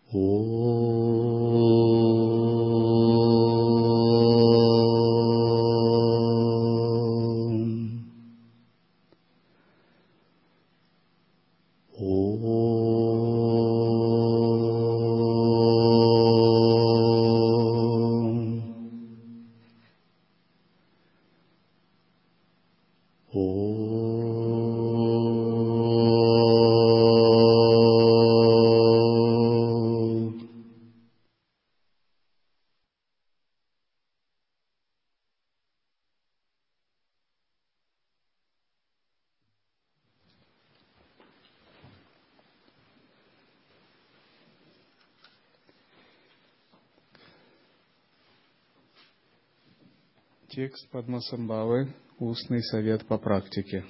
Текст Падмасамбхавы. Устный совет по практике.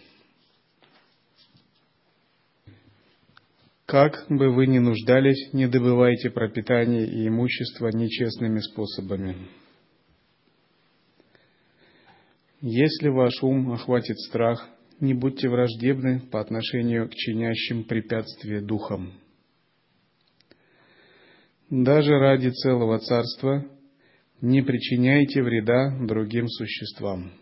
Как бы вы ни нуждались, не добывайте пропитание и имущество нечестными способами. Если ваш ум охватит страх, не будьте враждебны по отношению к чинящим препятствия духам. Даже ради целого царства не причиняйте вреда другим существам.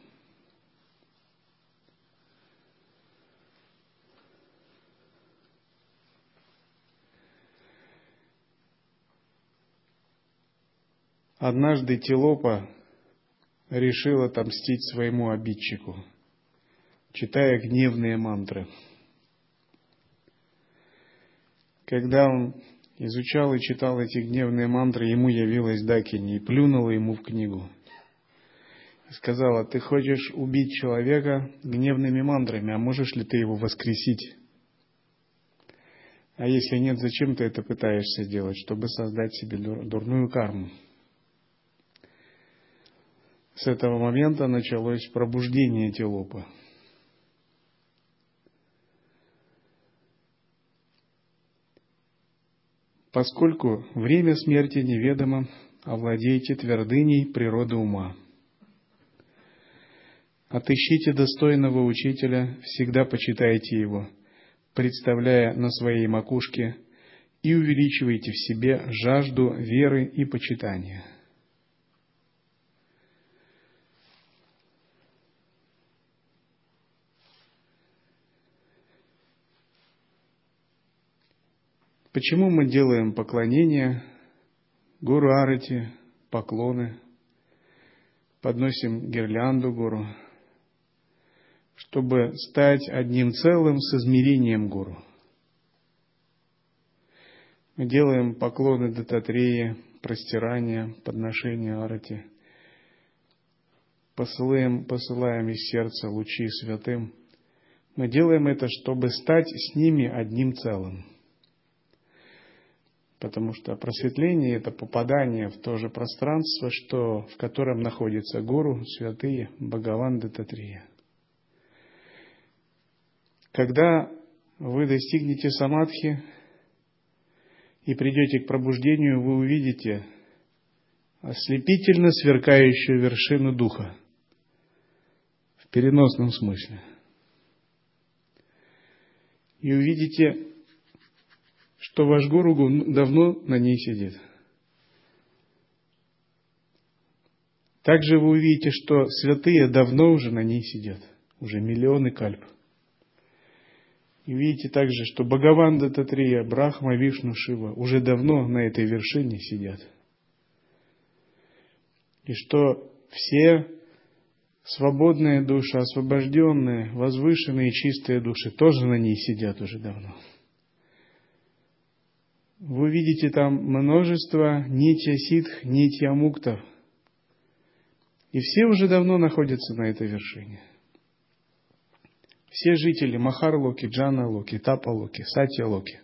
Однажды Тилопа решил отомстить своему обидчику, читая гневные мантры. Когда он изучал и читал эти гневные мантры, ему явилась Дакини и плюнула ему в книгу. И сказала: ты хочешь убить человека гневными мантрами, а можешь ли ты его воскресить? А если нет, зачем ты это пытаешься делать? Чтобы создать себе дурную карму. С этого момента началось пробуждение Тилопы. Поскольку время смерти неведомо, овладейте твердыней природы ума. Отыщите достойного учителя, всегда почитайте его, представляя на своей макушке, и увеличивайте в себе жажду веры и почитания. Почему мы делаем поклонения, гуру арати, поклоны, подносим гирлянду гуру, чтобы стать одним целым с измерением гуру. Мы делаем поклоны Даттатрея, простирания, подношения арати, посылаем из сердца лучи святым. Мы делаем это, чтобы стать с ними одним целым. Потому что просветление – это попадание в то же пространство, в котором находятся гуру, святые, Бхагаван Даттатрея. Когда вы достигнете самадхи и придете к пробуждению, вы увидите ослепительно сверкающую вершину духа в переносном смысле. И увидите, что ваш гуру давно на ней сидит. Также вы увидите, что святые давно уже на ней сидят, уже миллионы кальп. И увидите также, что Бхагаван Даттатрея, Брахма, Вишну, Шива уже давно на этой вершине сидят. И что все свободные души, освобожденные, возвышенные, чистые души тоже на ней сидят уже давно. Вы видите там множество нитья ситх, нитья муктов. И все уже давно находятся на этой вершине. Все жители Махар-локи, Джана-локи, Тапа-локи, Сатья-локи.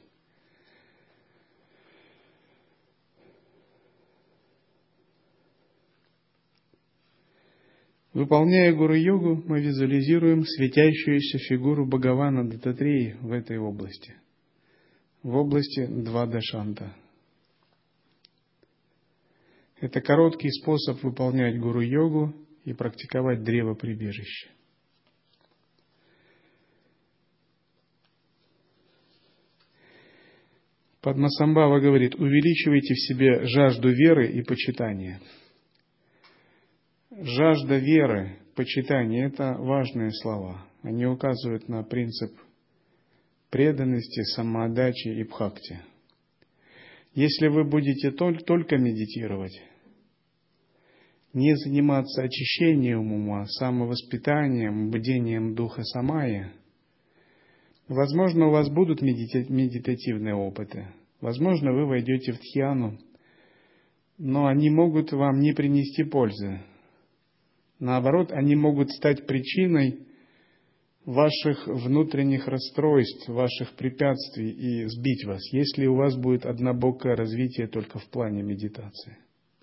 Выполняя гуру-йогу, мы визуализируем светящуюся фигуру Бхагавана Даттатреи в этой области. В области Двадашанта. Это короткий способ выполнять гуру-йогу и практиковать древо-прибежище. Падмасамбхава говорит: увеличивайте в себе жажду веры и почитания. Жажда веры, почитания – это важные слова. Они указывают на принцип преданности, самоотдачи и бхакти. Если вы будете только медитировать, не заниматься очищением ума, самовоспитанием, бдением духа самая, возможно, у вас будут медитативные опыты. Возможно, вы войдете в дхьяну, но они могут вам не принести пользы. Наоборот, они могут стать причиной ваших внутренних расстройств, ваших препятствий и сбить вас, если у вас будет однобокое развитие только в плане медитации.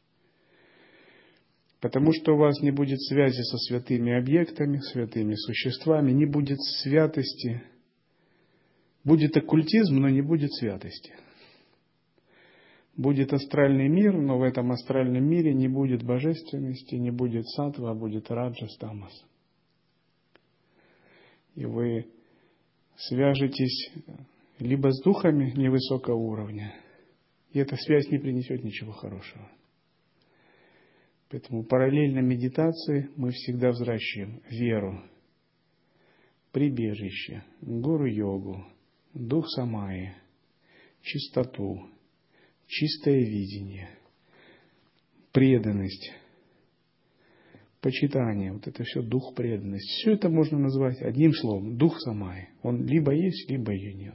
Потому что у вас не будет связи со святыми объектами, святыми существами, не будет святости. Будет оккультизм, но не будет святости. Будет астральный мир, но в этом астральном мире не будет божественности, не будет саттва, а будет раджас, тамас. И вы свяжетесь либо с духами невысокого уровня, и эта связь не принесет ничего хорошего. Поэтому параллельно медитации мы всегда взращиваем веру, прибежище, гуру-йогу, дух самаи, чистоту, чистое видение, преданность, почитание. Вот это все дух преданности. Все это можно назвать одним словом: дух самаи. Он либо есть, либо ее нет.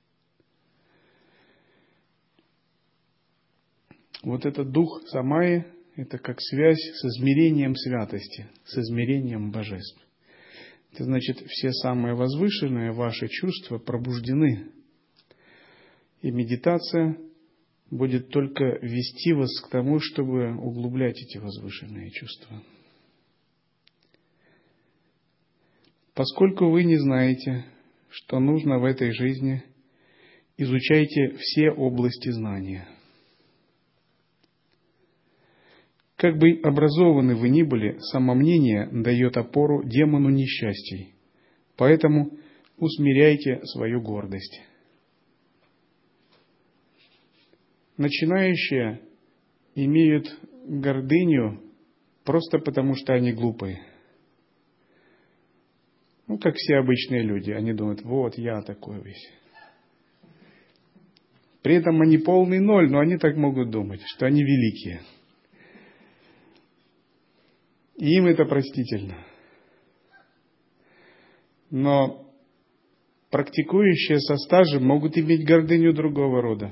Вот этот дух самаи – это как связь с измерением святости, с измерением божеств. Это значит, все самые возвышенные ваши чувства пробуждены. И медитация будет только вести вас к тому, чтобы углублять эти возвышенные чувства. Поскольку вы не знаете, что нужно в этой жизни, изучайте все области знания. Как бы образованы вы ни были, самомнение дает опору демону несчастий. Поэтому усмиряйте свою гордость. Начинающие имеют гордыню просто потому, что они глупые. Как все обычные люди. Они думают: вот я такой весь. При этом они полный ноль, но они так могут думать, что они великие. И им это простительно. Но практикующие со стажем могут иметь гордыню другого рода.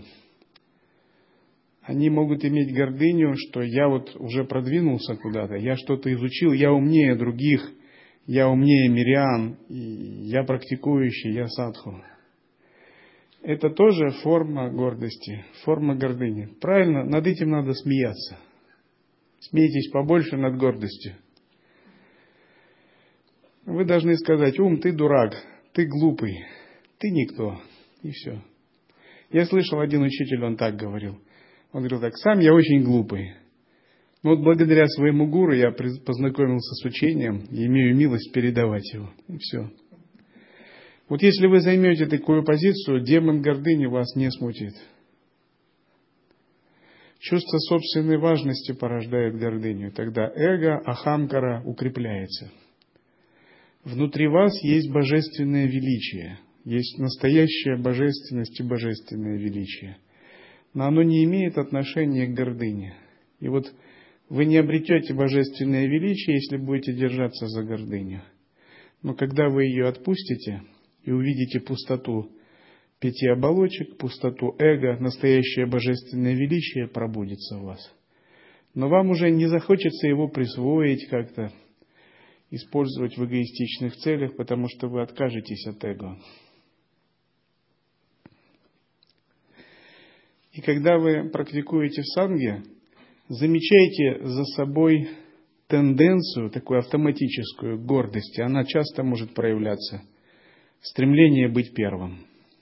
Они могут иметь гордыню, что я вот уже продвинулся куда-то, я что-то изучил, я умнее других, я умнее мирян, и я практикующий, я садху. Это тоже форма гордости, форма гордыни. Правильно, над этим надо смеяться. Смейтесь побольше над гордостью. Вы должны сказать: ум, ты дурак, ты глупый, ты никто. И все. Я слышал, один учитель, он так говорил. Он говорил так: сам я очень глупый. Но вот благодаря своему гуру я познакомился с учением и имею милость передавать его. И все. Вот если вы займете такую позицию, демон гордыни вас не смутит. Чувство собственной важности порождает гордыню. Тогда эго, ахамкара укрепляется. Внутри вас есть божественное величие. Есть настоящая божественность и божественное величие. Но оно не имеет отношения к гордыне. И вот вы не обретете божественное величие, если будете держаться за гордыню. Но когда вы ее отпустите и увидите пустоту 5 оболочек, пустоту эго, настоящее божественное величие пробудится в вас. Но вам уже не захочется его присвоить как-то, использовать в эгоистичных целях, потому что вы откажетесь от эго. И когда вы практикуете в санге, замечайте за собой тенденцию, такую автоматическую, гордости. Она часто может проявляться. Стремление быть первым.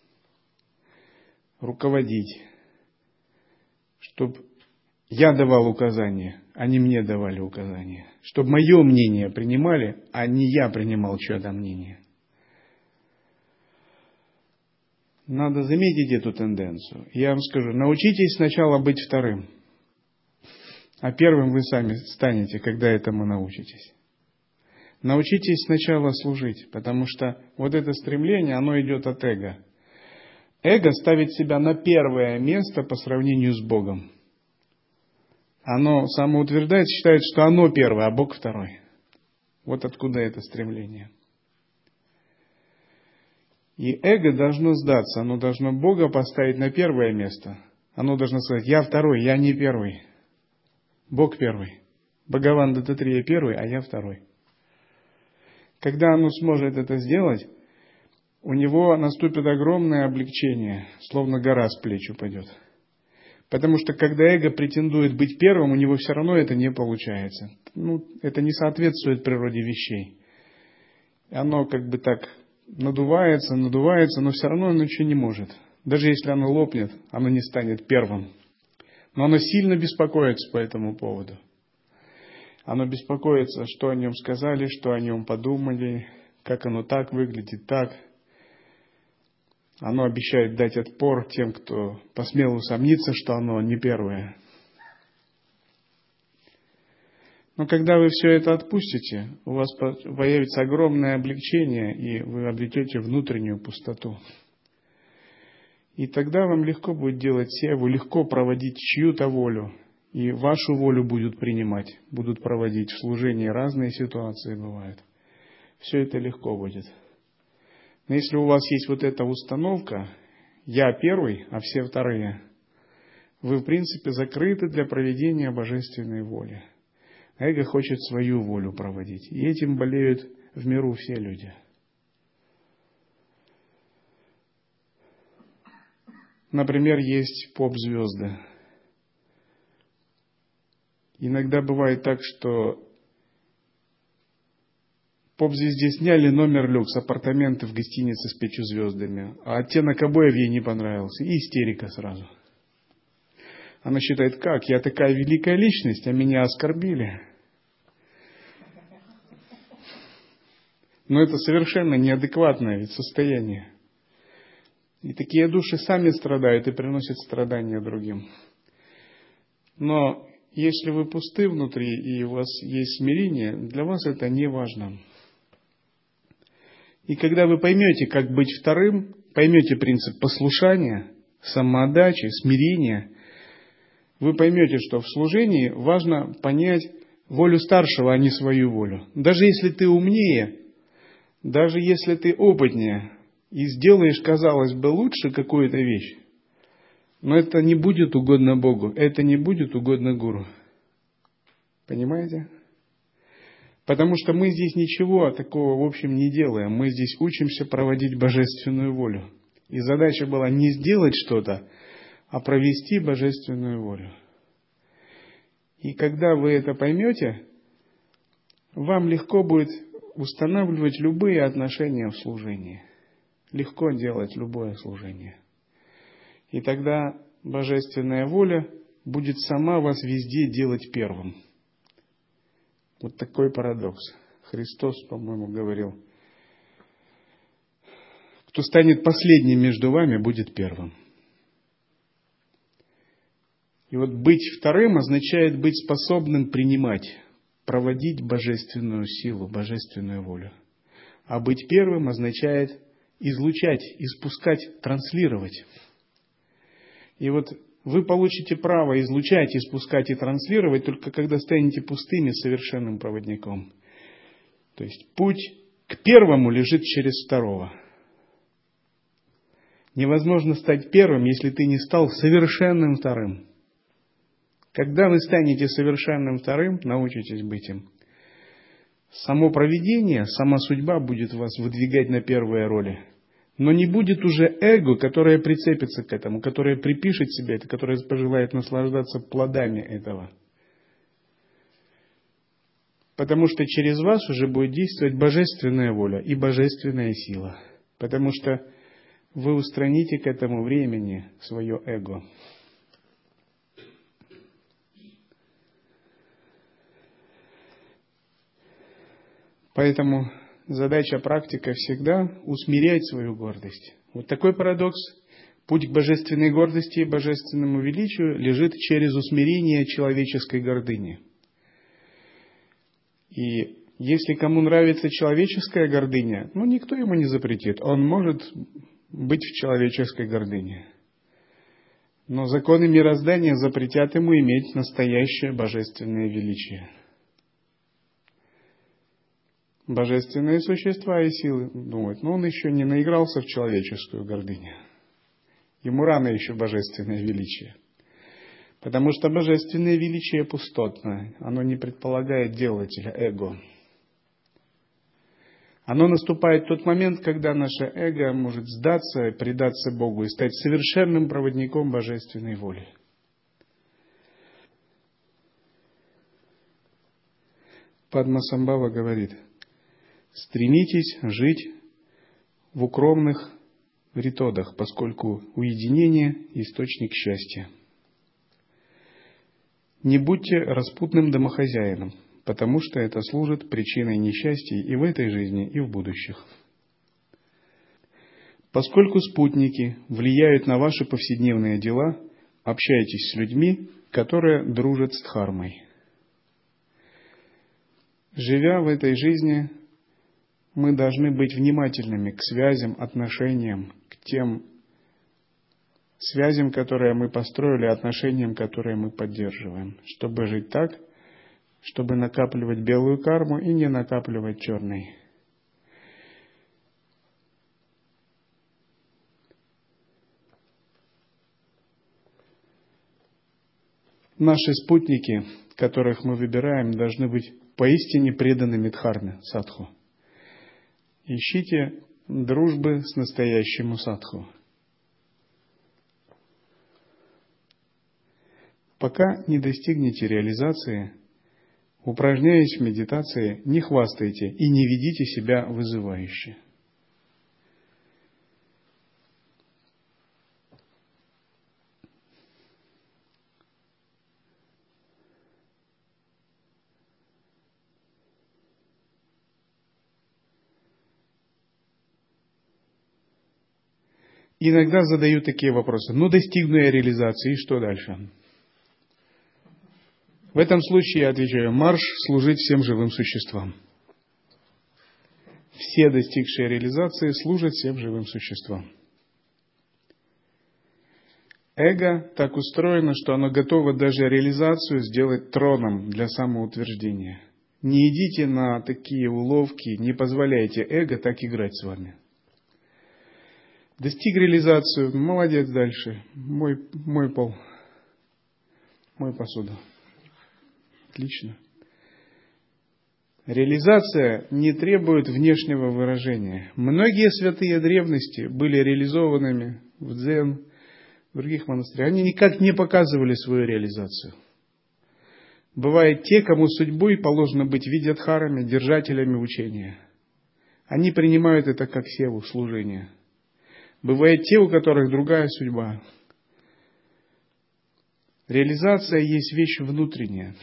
Руководить. Чтобы я давал указания, а не мне давали указания. Чтобы мое мнение принимали, а не я принимал чье-то мнение. Надо заметить эту тенденцию. Я вам скажу, научитесь сначала быть вторым, а первым вы сами станете, когда этому научитесь. Научитесь сначала служить, потому что вот это стремление, оно идет от эго. Эго ставит себя на первое место по сравнению с Богом. Оно самоутверждает, считает, что оно первое, а Бог второй. Вот откуда это стремление. И эго должно сдаться, оно должно Бога поставить на первое место. Оно должно сказать: я второй, я не первый. Бог первый. Бхагаван Даттатрия первый, а я второй. Когда оно сможет это сделать, у него наступит огромное облегчение, словно гора с плеч упадет. Потому что когда эго претендует быть первым, у него все равно это не получается. Это не соответствует природе вещей. Оно как бы так надувается, но все равно оно ничего не может. Даже если оно лопнет, оно не станет первым. Но оно сильно беспокоится по этому поводу. Оно беспокоится, что о нем сказали, что о нем подумали, как оно так выглядит, так. Оно обещает дать отпор тем, кто посмел усомниться, что оно не первое. Но когда вы все это отпустите, у вас появится огромное облегчение, и вы обретете внутреннюю пустоту. И тогда вам легко будет делать севу, легко проводить чью-то волю, и вашу волю будут принимать, будут проводить в служении. Разные ситуации бывают. Все это легко будет. Но если у вас есть вот эта установка «я первый, а все вторые», вы, в принципе, закрыты для проведения божественной воли. Эго хочет свою волю проводить. И этим болеют в миру все люди. Например, есть поп-звезды. Иногда бывает так, что поп-звезде сняли номер люкс, апартаменты в гостинице с 5 звездами, а оттенок обоев ей не понравился. И истерика сразу. Она считает: как? Я такая великая личность, а меня оскорбили. Но это совершенно неадекватное ведь состояние. И такие души сами страдают и приносят страдания другим. Но если вы пусты внутри и у вас есть смирение, для вас это не важно. И когда вы поймете, как быть вторым, поймете принцип послушания, самоотдачи, смирения, вы поймете, что в служении важно понять волю старшего, а не свою волю. Даже если ты умнее, даже если ты опытнее и сделаешь, казалось бы, лучше какую-то вещь, но это не будет угодно Богу, это не будет угодно гуру. Понимаете? Потому что мы здесь ничего такого, в общем, не делаем. Мы здесь учимся проводить божественную волю. И задача была не сделать что-то, а провести божественную волю. И когда вы это поймете, вам легко будет устанавливать любые отношения в служении. Легко делать любое служение. И тогда божественная воля будет сама вас везде делать первым. Вот такой парадокс. Христос, по-моему, говорил: кто станет последним между вами, будет первым. И вот быть вторым означает быть способным принимать, проводить божественную силу, божественную волю. А быть первым означает излучать, испускать, транслировать. И вот вы получите право излучать, испускать и транслировать только когда станете пустым и совершенным проводником. То есть путь к первому лежит через второго. Невозможно стать первым, если ты не стал совершенным вторым. Когда вы станете совершенным вторым, научитесь быть им. Само провидение, сама судьба будет вас выдвигать на первые роли. Но не будет уже эго, которое прицепится к этому, которое припишет себе это, которое пожелает наслаждаться плодами этого. Потому что через вас уже будет действовать божественная воля и божественная сила. Потому что вы устраните к этому времени свое эго. Поэтому задача практика всегда усмирять свою гордость. Вот такой парадокс. Путь к божественной гордости и божественному величию лежит через усмирение человеческой гордыни. И если кому нравится человеческая гордыня, никто ему не запретит. Он может быть в человеческой гордыне. Но законы мироздания запретят ему иметь настоящее божественное величие. Божественные существа и силы думают, он еще не наигрался в человеческую гордыню. Ему рано еще божественное величие. Потому что божественное величие пустотно. Оно не предполагает делателя, эго. Оно наступает в тот момент, когда наше эго может сдаться, предаться Богу и стать совершенным проводником божественной воли. Падмасамбхава говорит: стремитесь жить в укромных ритодах, поскольку уединение – источник счастья. Не будьте распутным домохозяином, потому что это служит причиной несчастий и в этой жизни, и в будущих. Поскольку спутники влияют на ваши повседневные дела, общайтесь с людьми, которые дружат с дхармой. Живя в этой жизни, мы должны быть внимательными к связям, отношениям, к тем связям, которые мы построили, отношениям, которые мы поддерживаем, чтобы жить так, чтобы накапливать белую карму и не накапливать черной. Наши спутники, которых мы выбираем, должны быть поистине преданными дхарме, садху. Ищите дружбы с настоящим садху. Пока не достигнете реализации, упражняясь в медитации, не хвастайте и не ведите себя вызывающе. Иногда задаю такие вопросы. Достигну я реализации, и что дальше? В этом случае я отвечаю: марш служить всем живым существам. Все достигшие реализации служат всем живым существам. Эго так устроено, что оно готово даже реализацию сделать троном для самоутверждения. Не идите на такие уловки, не позволяйте эго так играть с вами. Достиг реализацию, молодец, дальше. Мой пол, мой посуду. Отлично. Реализация не требует внешнего выражения. Многие святые древности были реализованными в дзен, в других монастырях. Они никак не показывали свою реализацию. Бывают те, кому судьбой положено быть видьядхарами, держателями учения. Они принимают это как севу, служение. Бывают те, у которых другая судьба. Реализация есть вещь внутренняя.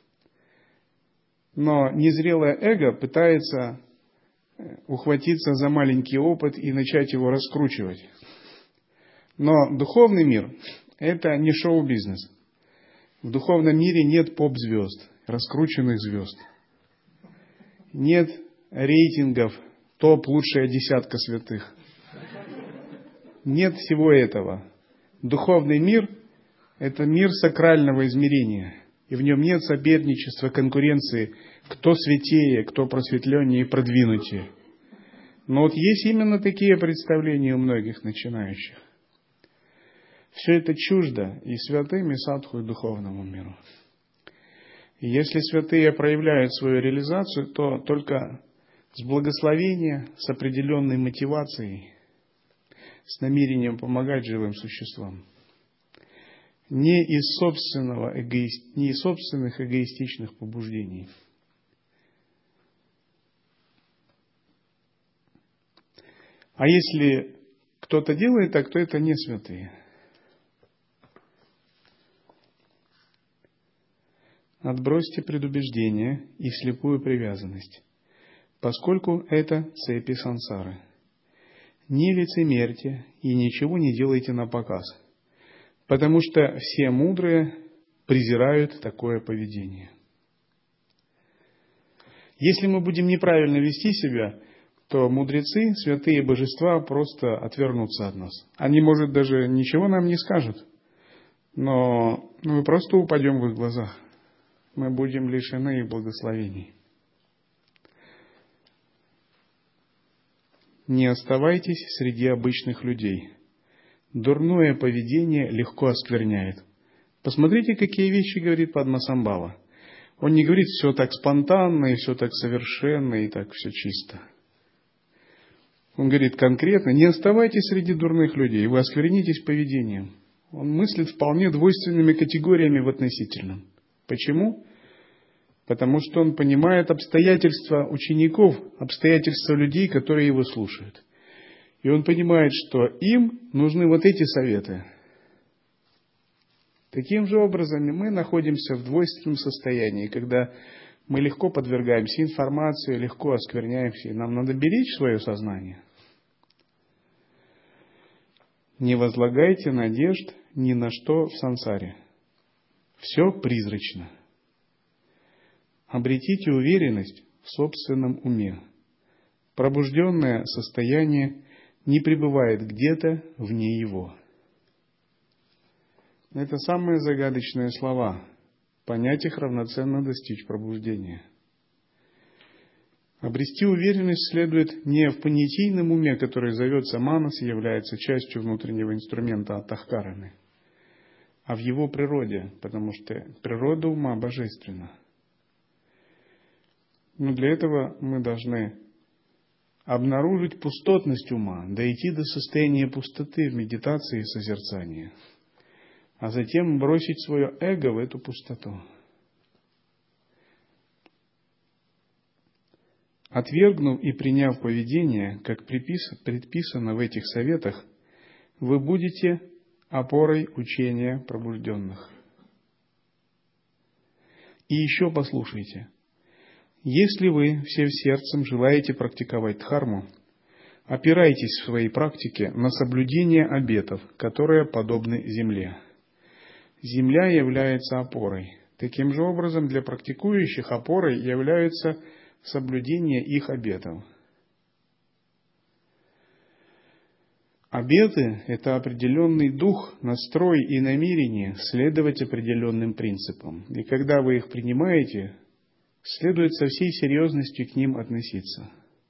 Но незрелое эго пытается ухватиться за маленький опыт и начать его раскручивать. Но духовный мир – это не шоу-бизнес. В духовном мире нет поп-звезд, раскрученных звезд. Нет рейтингов топ лучшая десятка святых. Нет всего этого. Духовный мир – это мир сакрального измерения. И в нем нет соперничества, конкуренции, кто святее, кто просветленнее и продвинутее. Но есть именно такие представления у многих начинающих. Все это чуждо и святым, и садху, и духовному миру. И если святые проявляют свою реализацию, то только с благословения, с определенной мотивацией, с намерением помогать живым существам. Не из собственных эгоистичных побуждений. А если кто-то делает так, то это не святые. Отбросьте предубеждение и слепую привязанность. поскольку это цепи сансары. Не лицемерьте и ничего не делайте напоказ, потому что все мудрые презирают такое поведение. Если мы будем неправильно вести себя, то мудрецы, святые божества просто отвернутся от нас. Они, может, даже ничего нам не скажут, но мы просто упадем в их глазах. Мы будем лишены их благословений. Не оставайтесь среди обычных людей. Дурное поведение легко оскверняет. Посмотрите, какие вещи говорит Падмасамбхава. Он не говорит все так спонтанно, и все так совершенно, и так все чисто. Он говорит конкретно, не оставайтесь среди дурных людей, вы осквернитесь поведением. Он мыслит вполне двойственными категориями в относительном. Почему? Потому что он понимает обстоятельства учеников, обстоятельства людей, которые его слушают. И он понимает, что им нужны вот эти советы. Таким же образом мы находимся в двойственном состоянии, когда мы легко подвергаемся информации, легко оскверняемся, и нам надо беречь свое сознание. Не возлагайте надежд ни на что в сансаре. Все призрачно. Обретите уверенность в собственном уме. Пробужденное состояние не пребывает где-то вне его. Это самые загадочные слова. Понять их равноценно достичь пробуждения. Обрести уверенность следует не в понятийном уме, который зовется манас и является частью внутреннего инструмента атахкараны, а в его природе, потому что природа ума божественна. Но для этого мы должны обнаружить пустотность ума, дойти до состояния пустоты в медитации и созерцании, а затем бросить свое эго в эту пустоту. Отвергнув и приняв поведение, как предписано в этих советах, вы будете опорой учения пробужденных. И еще послушайте. Если вы всем сердцем желаете практиковать дхарму, опирайтесь в своей практике на соблюдение обетов, которые подобны земле. Земля является опорой. Таким же образом, для практикующих опорой является соблюдение их обетов. Обеты – это определенный дух, настрой и намерение следовать определенным принципам. И когда вы их принимаете, следует со всей серьезностью к ним относиться.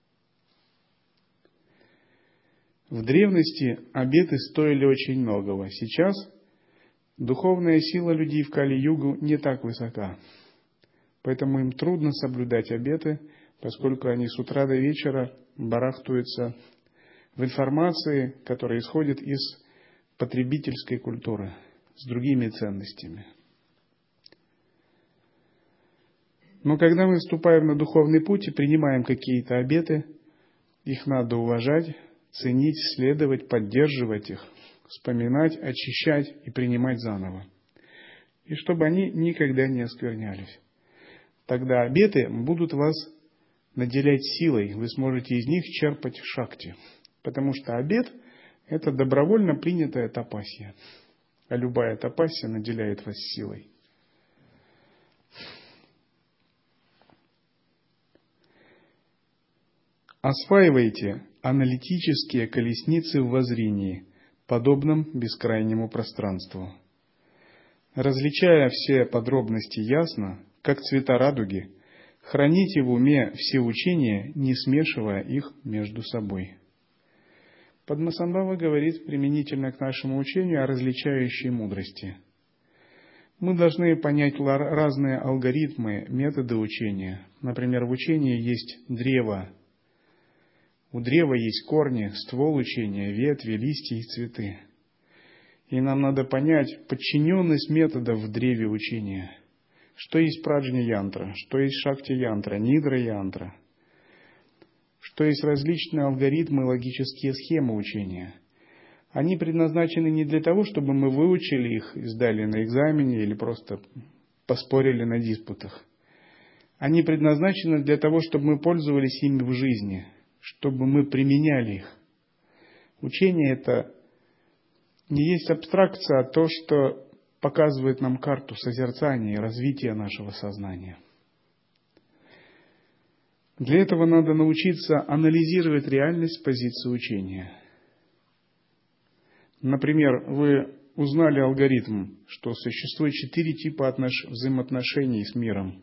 В древности обеты стоили очень многого. Сейчас духовная сила людей в Кали-югу не так высока. Поэтому им трудно соблюдать обеты, поскольку они с утра до вечера барахтаются в информации, которая исходит из потребительской культуры, с другими ценностями. Но когда мы вступаем на духовный путь и принимаем какие-то обеты, их надо уважать, ценить, следовать, поддерживать их, вспоминать, очищать и принимать заново. И чтобы они никогда не осквернялись. Тогда обеты будут вас наделять силой, вы сможете из них черпать шакти. Потому что обет – это добровольно принятая тапасья. А любая тапасья наделяет вас силой. Осваивайте аналитические колесницы в воззрении, подобном бескрайнему пространству. Различая все подробности ясно, как цвета радуги, храните в уме все учения, не смешивая их между собой. Падмасамбхава говорит применительно к нашему учению о различающей мудрости. Мы должны понять разные алгоритмы, методы учения. Например, в учении есть древо. У древа есть корни, ствол учения, ветви, листья и цветы. И нам надо понять подчиненность методов в древе учения. Что есть праджня-янтра, что есть шакти-янтра, нидра-янтра, что есть различные алгоритмы, логические схемы учения. Они предназначены не для того, чтобы мы выучили их и сдали на экзамене или просто поспорили на диспутах. Они предназначены для того, чтобы мы пользовались ими в жизни, чтобы мы применяли их. Учение это не есть абстракция, а то, что показывает нам карту созерцания и развития нашего сознания. Для этого надо научиться анализировать реальность с позиции учения. Например, вы узнали алгоритм, что существует 4 типа взаимоотношений с миром.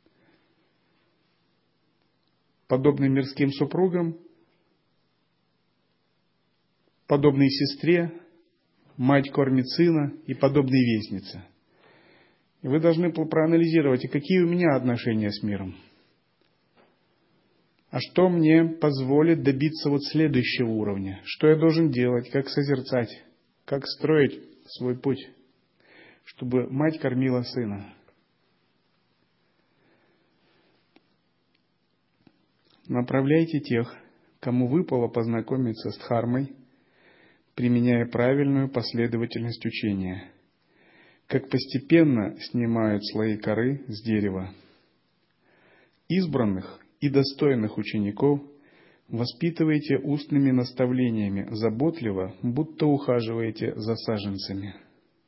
Подобный мирским супругам, подобной сестре, мать кормит сына и подобной вестнице. И вы должны проанализировать, а какие у меня отношения с миром. А что мне позволит добиться вот следующего уровня? Что я должен делать, как созерцать, как строить свой путь, чтобы мать кормила сына. Направляйте тех, кому выпало познакомиться с дхармой, применяя правильную последовательность учения, как постепенно снимают слои коры с дерева. Избранных и достойных учеников воспитывайте устными наставлениями заботливо, будто ухаживаете за саженцами.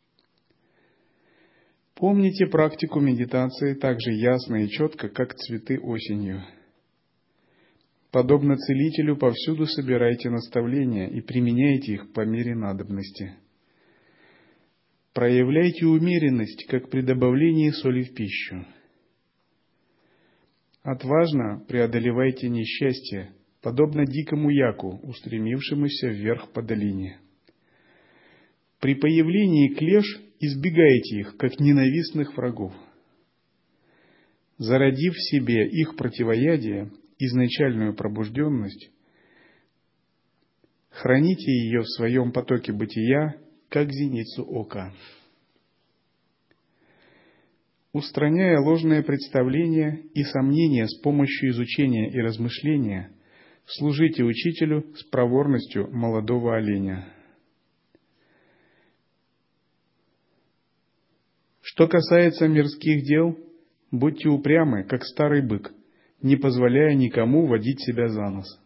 Помните практику медитации так же ясно и четко, как цветы осенью. Подобно целителю, повсюду собирайте наставления и применяйте их по мере надобности. Проявляйте умеренность, как при добавлении соли в пищу. Отважно преодолевайте несчастье, подобно дикому яку, устремившемуся вверх по долине. При появлении клеш избегайте их, как ненавистных врагов. Зародив в себе их противоядие, изначальную пробужденность, храните ее в своем потоке бытия, как зеницу ока. Устраняя ложные представления и сомнения с помощью изучения и размышления, служите учителю с проворностью молодого оленя. Что касается мирских дел, будьте упрямы, как старый бык, не позволяя никому водить себя за нос.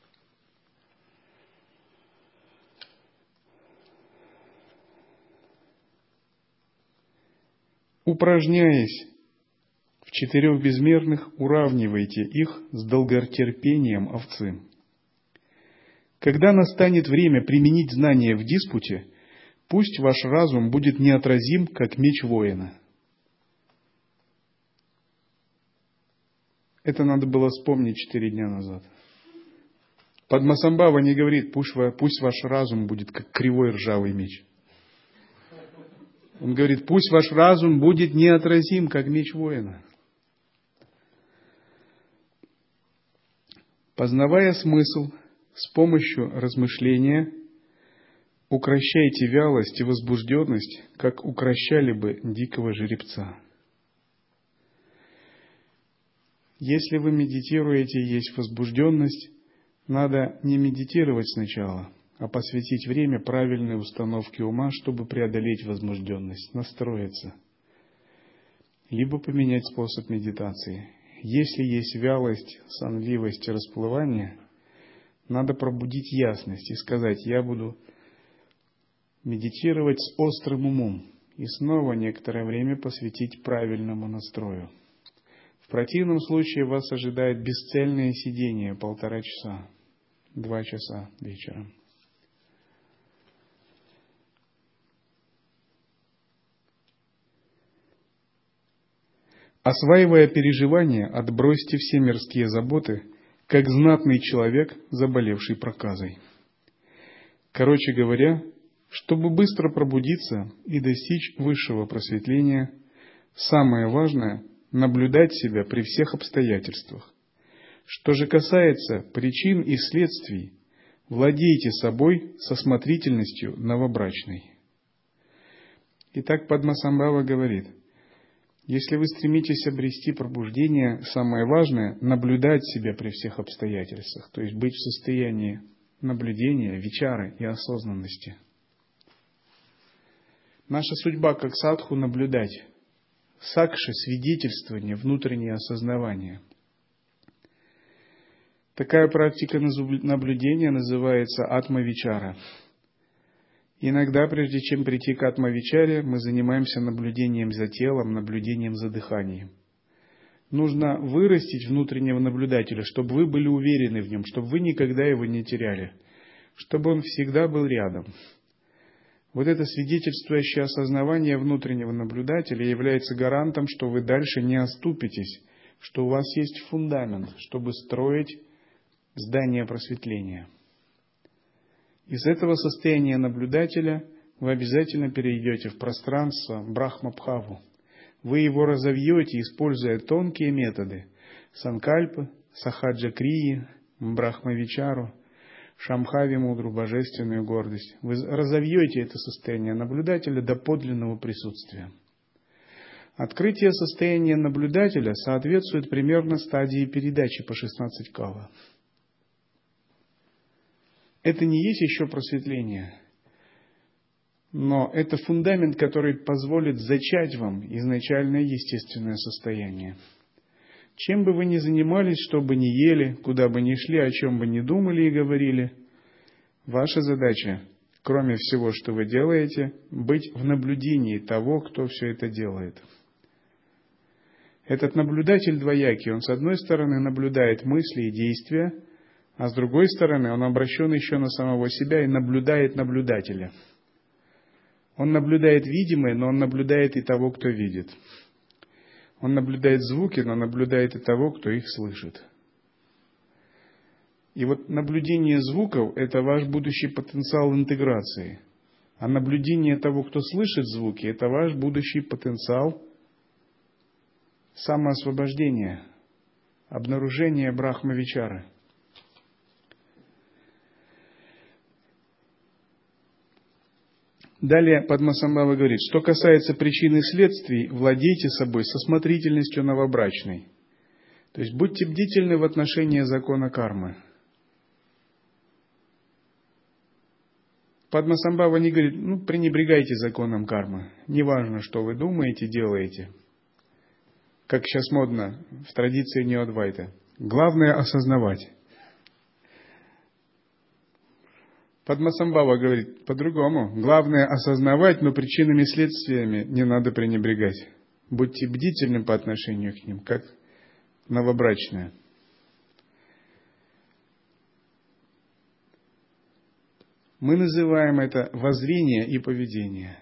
Упражняясь в 4 безмерных, уравнивайте их с долготерпением овцы. Когда настанет время применить знания в диспуте, пусть ваш разум будет неотразим, как меч воина. Это надо было вспомнить 4 дня назад. Падмасамбхава не говорит, пусть ваш разум будет как кривой ржавый меч. Он говорит, пусть ваш разум будет неотразим, как меч воина. Познавая смысл с помощью размышления, укрощайте вялость и возбужденность, как укрощали бы дикого жеребца. Если вы медитируете и есть возбужденность, надо не медитировать сначала, а посвятить время правильной установке ума, чтобы преодолеть возбужденность, настроиться. Либо поменять способ медитации. Если есть вялость, сонливость и расплывание, надо пробудить ясность и сказать, я буду медитировать с острым умом и снова некоторое время посвятить правильному настрою. В противном случае вас ожидает бесцельное сидение 1,5 часа, 2 часа вечером. Осваивая переживания, отбросьте все мирские заботы, как знатный человек, заболевший проказой. Короче говоря, чтобы быстро пробудиться и достичь высшего просветления, самое важное – наблюдать себя при всех обстоятельствах. Что же касается причин и следствий, владейте собой со смотрительностью новобрачной. Итак, Падмасамбхава говорит, если вы стремитесь обрести пробуждение, самое важное – наблюдать себя при всех обстоятельствах, то есть быть в состоянии наблюдения, вичары и осознанности. Наша судьба как садху – наблюдать сакши, свидетельствование, внутреннее осознавание. Такая практика наблюдения называется атма-вичара. Иногда, прежде чем прийти к атма-вичаре, мы занимаемся наблюдением за телом, наблюдением за дыханием. Нужно вырастить внутреннего наблюдателя, чтобы вы были уверены в нем, чтобы вы никогда его не теряли, чтобы он всегда был рядом. Вот это свидетельствующее осознавание внутреннего наблюдателя является гарантом, что вы дальше не оступитесь, что у вас есть фундамент, чтобы строить здание просветления. Из этого состояния наблюдателя вы обязательно перейдете в пространство Брахма-бхаву. Вы его разовьете, используя тонкие методы санкальпы, сахаджа-крии, брахма-вичару, шамхави-мудру, божественную гордость. Вы разовьете это состояние наблюдателя до подлинного присутствия. Открытие состояния наблюдателя соответствует примерно стадии передачи по 16 кала. Это не есть еще просветление, но это фундамент, который позволит зачать вам изначальное естественное состояние. Чем бы вы ни занимались, что бы ни ели, куда бы ни шли, о чем бы ни думали и говорили, ваша задача, кроме всего, что вы делаете, быть в наблюдении того, кто все это делает. Этот наблюдатель двоякий, он с одной стороны наблюдает мысли и действия, а с другой стороны он обращен еще на самого себя и наблюдает наблюдателя. Он наблюдает видимое, но он наблюдает и того, кто видит. Он наблюдает звуки, но наблюдает и того, кто их слышит. И вот наблюдение звуков – это ваш будущий потенциал интеграции. А наблюдение того, кто слышит звуки – это ваш будущий потенциал самоосвобождения, обнаружения брахма-вичары. Далее Падмасамбхава говорит, что касается причин и следствий, владейте собой со смотрительностью новобрачной. То есть будьте бдительны в отношении закона кармы. Падмасамбхава не говорит, пренебрегайте законом кармы. Неважно, что вы думаете, делаете. Как сейчас модно в традиции Нео-Адвайта. Главное осознавать. Падмасамбхава говорит по-другому. Главное осознавать, но причинами и следствиями не надо пренебрегать. Будьте бдительны по отношению к ним, как новобрачная. Мы называем это воззрение и поведение.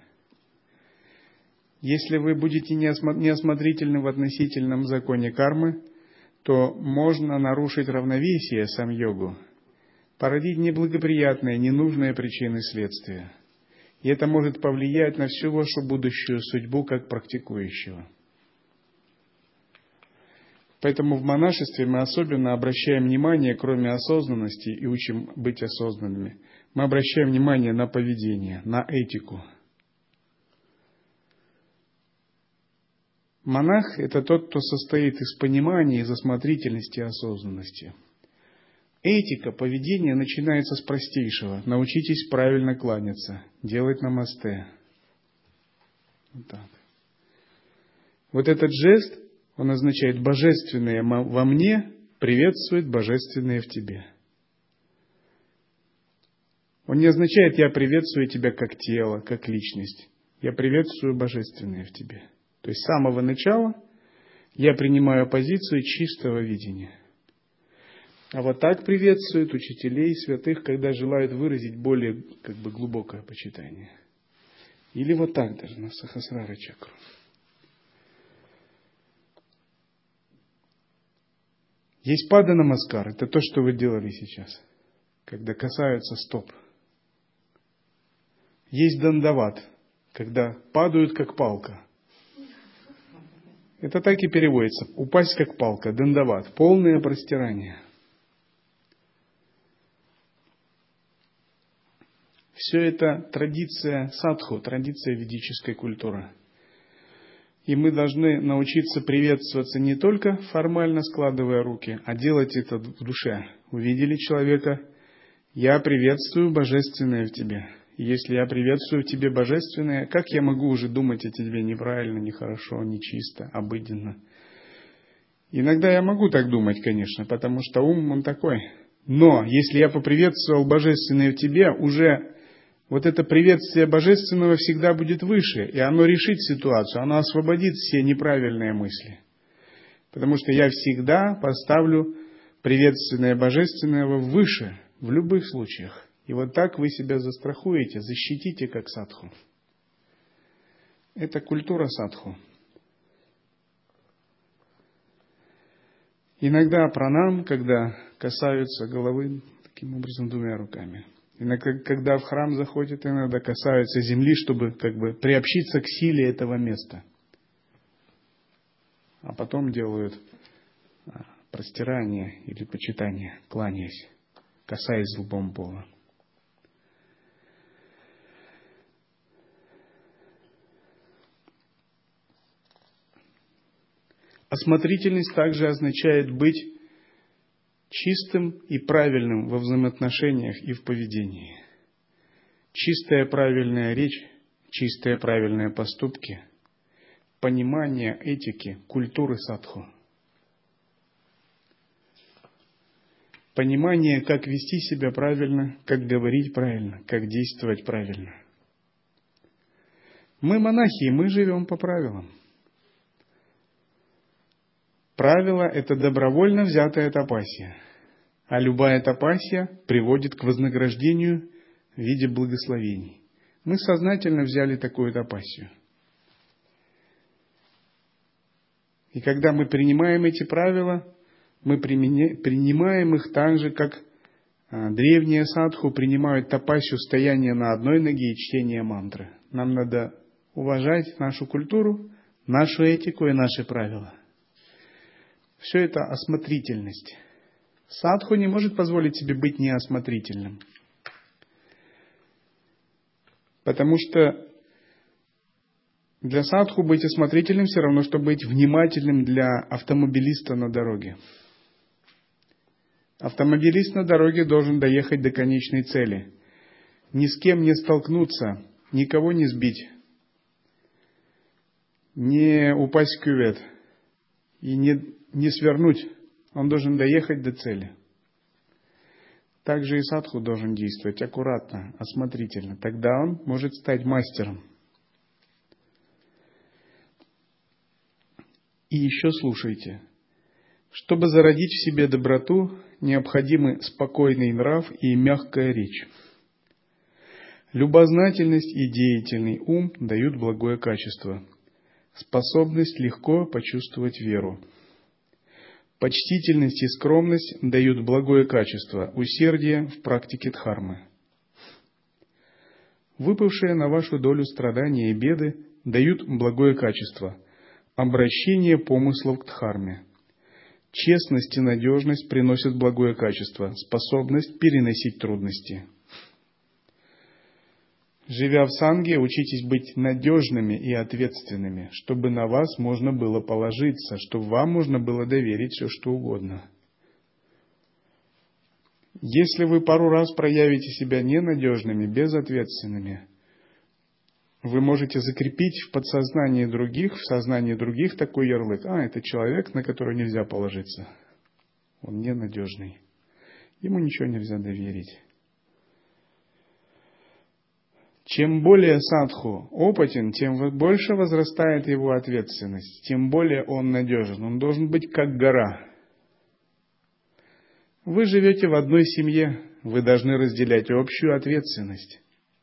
Если вы будете неосмотрительны в относительном законе кармы, то можно нарушить равновесие сам-йогу, породить неблагоприятные, ненужные причины следствия. И это может повлиять на всю вашу будущую судьбу как практикующего. Поэтому в монашестве мы особенно обращаем внимание, кроме осознанности, и учим быть осознанными, мы обращаем внимание на поведение, на этику. Монах – это тот, кто состоит из понимания, из осмотрительности и осознанности. Этика, поведение начинается с простейшего. Научитесь правильно кланяться, делать намасте. Вот так. Вот этот жест, он означает божественное во мне приветствует божественное в тебе. Он не означает я приветствую тебя как тело, как личность. Я приветствую божественное в тебе. То есть с самого начала я принимаю позицию чистого видения. А вот так приветствуют учителей святых, когда желают выразить более глубокое почитание. Или вот так даже на Сахасрара чакру. Есть пада намаскар, это то, что вы делали сейчас, когда касаются стоп. Есть дандават, когда падают как палка. Это так и переводится. Упасть как палка, дандават, полное простирание. Все это традиция садху, традиция ведической культуры. И мы должны научиться приветствоваться не только формально складывая руки, а делать это в душе. Увидели человека, я приветствую божественное в тебе. Если я приветствую в тебе божественное, как я могу уже думать о тебе неправильно, нехорошо, нечисто, обыденно? Иногда я могу так думать, конечно, потому что ум он такой. Но если я поприветствовал божественное в тебе, уже вот это приветствие божественного всегда будет выше, и оно решит ситуацию, оно освободит все неправильные мысли. Потому что я всегда поставлю приветственное божественного выше, в любых случаях. И вот так вы себя застрахуете, защитите как садху. Это культура садху. Иногда пранам, когда касаются головы таким образом двумя руками. Иногда, когда в храм заходят, иногда касаются земли, чтобы как бы приобщиться к силе этого места. А потом делают простирание или почитание, кланяясь, касаясь лбом пола. Осмотрительность также означает быть чистым и правильным во взаимоотношениях и в поведении. Чистая правильная речь, чистые правильные поступки, понимание этики, культуры садху. Понимание, как вести себя правильно, как говорить правильно, как действовать правильно. Мы монахи, и мы живем по правилам. Правило – это добровольно взятая тапасия, а любая тапасия приводит к вознаграждению в виде благословений. Мы сознательно взяли такую тапасию. И когда мы принимаем эти правила, мы принимаем их так же, как древние садху принимают тапасию стояния на одной ноге и чтения мантры. Нам надо уважать нашу культуру, нашу этику и наши правила. Все это осмотрительность. Садху не может позволить себе быть неосмотрительным. Потому что для садху быть осмотрительным все равно, что быть внимательным для автомобилиста на дороге. Автомобилист на дороге должен доехать до конечной цели. Ни с кем не столкнуться, никого не сбить, не упасть в кювет и не свернуть. Он должен доехать до цели. Также и садху должен действовать аккуратно, осмотрительно. Тогда он может стать мастером. И еще слушайте. Чтобы зародить в себе доброту, необходимы спокойный нрав и мягкая речь. Любознательность и деятельный ум дают благое качество. Способность легко почувствовать веру. Почтительность и скромность дают благое качество, усердие в практике дхармы. Выпавшие на вашу долю страдания и беды дают благое качество, обращение помыслов к дхарме. Честность и надежность приносят благое качество, способность переносить трудности. Живя в санге, учитесь быть надежными и ответственными, чтобы на вас можно было положиться, чтобы вам можно было доверить все, что угодно. Если вы пару раз проявите себя ненадежными, безответственными, вы можете закрепить в подсознании других, в сознании других такой ярлык. Это человек, на которого нельзя положиться. Он ненадежный. Ему ничего нельзя доверить. Чем более садху опытен, тем больше возрастает его ответственность, тем более он надежен. Он должен быть как гора. Вы живете в одной семье, вы должны разделять общую ответственность.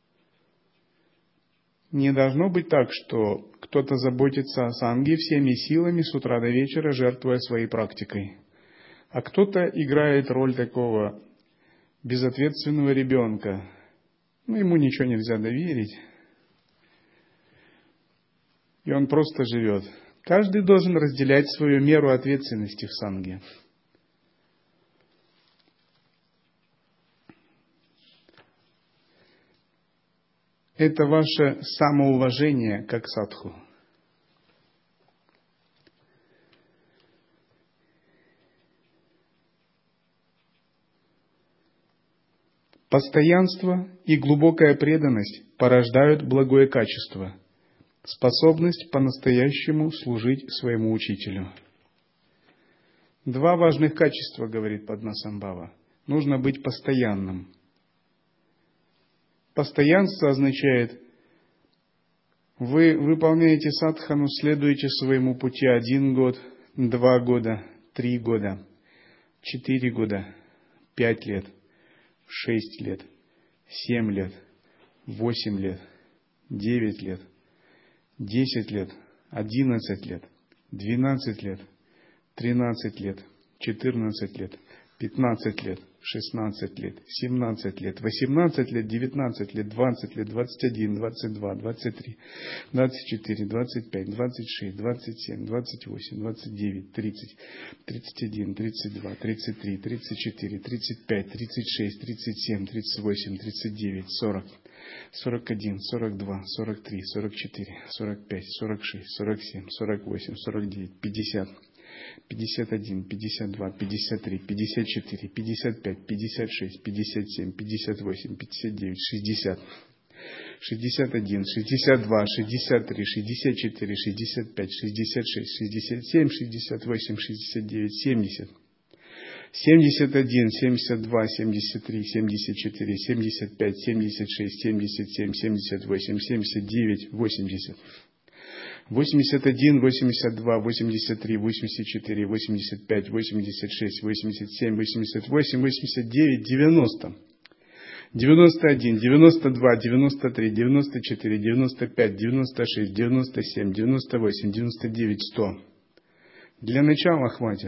Не должно быть так, что кто-то заботится о санге всеми силами с утра до вечера, жертвуя своей практикой. А кто-то играет роль такого безответственного ребенка. Ему ничего нельзя доверить. И он просто живет. Каждый должен разделять свою меру ответственности в санге. Это ваше самоуважение как садху. Постоянство и глубокая преданность порождают благое качество, способность по-настоящему служить своему учителю. Два важных качества, говорит Падмасамбхава. Нужно быть постоянным. Постоянство означает, вы выполняете садхану, следуете своему пути 1 год, 2 года, 3 года, 4 года, 5 лет, 6 лет, 7 лет, 8 лет, 9 лет, 10 лет, 11 лет, 12 лет, 13 лет, 14 лет, 15 лет, 16 лет, 17 лет, 18 лет, 19 лет, 20 лет, 21, 22, 23, 24, 25, 26, 27, 28, 29, 30, 31, 32, 33, 34, 35, 36, 37, 38, 39, 40, 41, 42, 43, 44, 45, 46, 47, 48, 49, 50, 51, 52, 53, 54, 55, 56, 57, 58, 59, 60, 61, 62, 63, 64, 65, 66, 67, 68, 69, 70, 71, 72, 73, 74, 75, 76, 77, 78, 79, 80. 81, 82, 83, 84, 85, 86, 87, 88, 89, 90, 91, 92, 93, 94, 95, 96, 97, 98, 99, 100. Для начала хватит.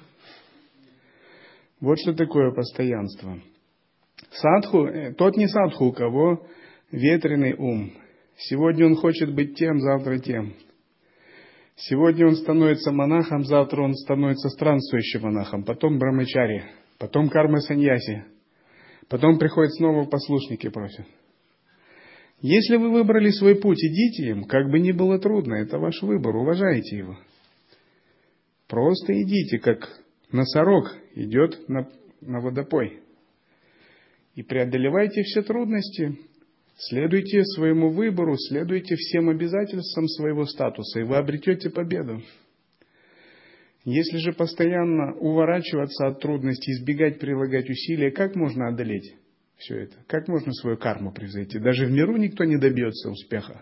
Вот что такое постоянство. Садху, тот не садху, у кого ветреный ум. Сегодня он хочет быть тем, завтра тем. Сегодня он становится монахом, завтра он становится странствующим монахом, потом брамачари, потом карма-саньяси, потом приходят снова послушники просят. Если вы выбрали свой путь, идите им, как бы ни было трудно, это ваш выбор, уважайте его. Просто идите, как носорог идет на водопой. И преодолевайте все трудности. Следуйте своему выбору, следуйте всем обязательствам своего статуса, и вы обретете победу. Если же постоянно уворачиваться от трудностей, избегать прилагать усилия, как можно одолеть все это? Как можно свою карму превзойти? Даже в миру никто не добьется успеха.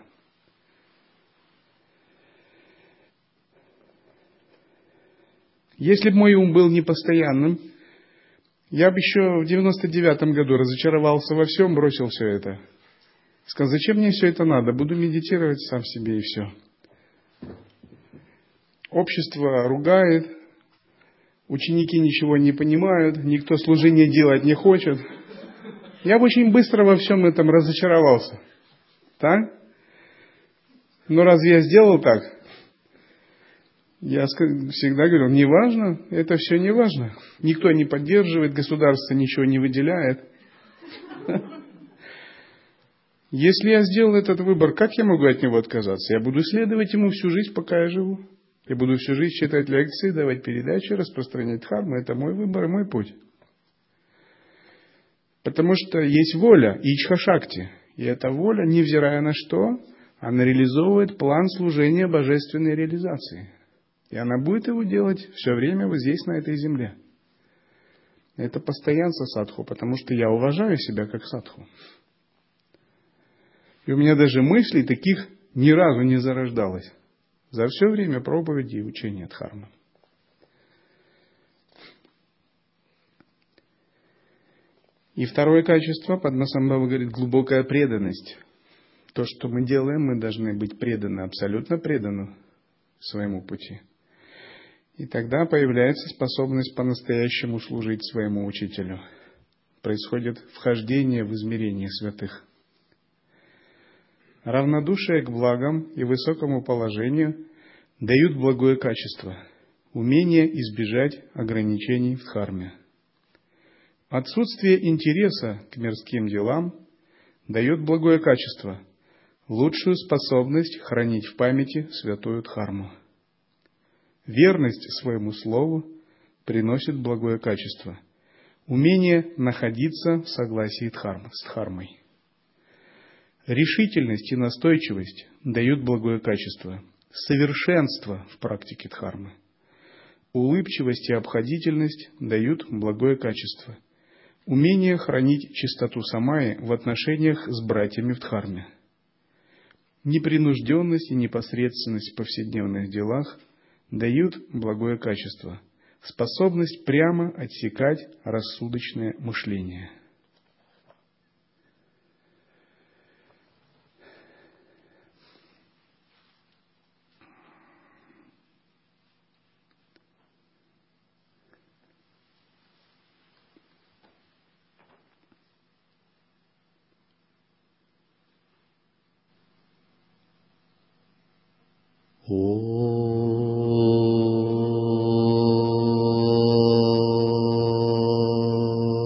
Если бы мой ум был непостоянным, я бы еще в 99-м году разочаровался во всем, бросил все это. Сказал, зачем мне все это надо? Буду медитировать сам в себе и все. Общество ругает, ученики ничего не понимают, никто служение делать не хочет. Я бы очень быстро во всем этом разочаровался. Так? Но разве я сделал так? Я всегда говорил, не важно, это все не важно. Никто не поддерживает, государство ничего не выделяет. Если я сделал этот выбор, как я могу от него отказаться? Я буду следовать ему всю жизнь, пока я живу. Я буду всю жизнь читать лекции, давать передачи, распространять дхарму. Это мой выбор и мой путь. Потому что есть воля, ичха-шакти. И эта воля, невзирая на что, она реализовывает план служения божественной реализации. И она будет его делать все время вот здесь, на этой земле. Это постоянство садху, потому что я уважаю себя как садху. И у меня даже мыслей таких ни разу не зарождалось за все время проповеди и учения дхармы. И второе качество, Падмасамбхава говорит, глубокая преданность. То, что мы делаем, мы должны быть преданы, абсолютно преданы своему пути. И тогда появляется способность по-настоящему служить своему учителю. Происходит вхождение в измерение святых. Равнодушие к благам и высокому положению дают благое качество, умение избежать ограничений в дхарме. Отсутствие интереса к мирским делам дает благое качество, лучшую способность хранить в памяти святую дхарму. Верность своему слову приносит благое качество, Умение находиться в согласии с дхармой. Решительность и настойчивость дают благое качество, совершенство в практике дхармы. Улыбчивость и обходительность дают благое качество, умение хранить чистоту самаи в отношениях с братьями в дхарме. Непринужденность и непосредственность в повседневных делах дают благое качество, способность прямо отсекать рассудочное мышление.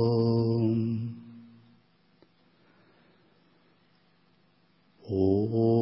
Om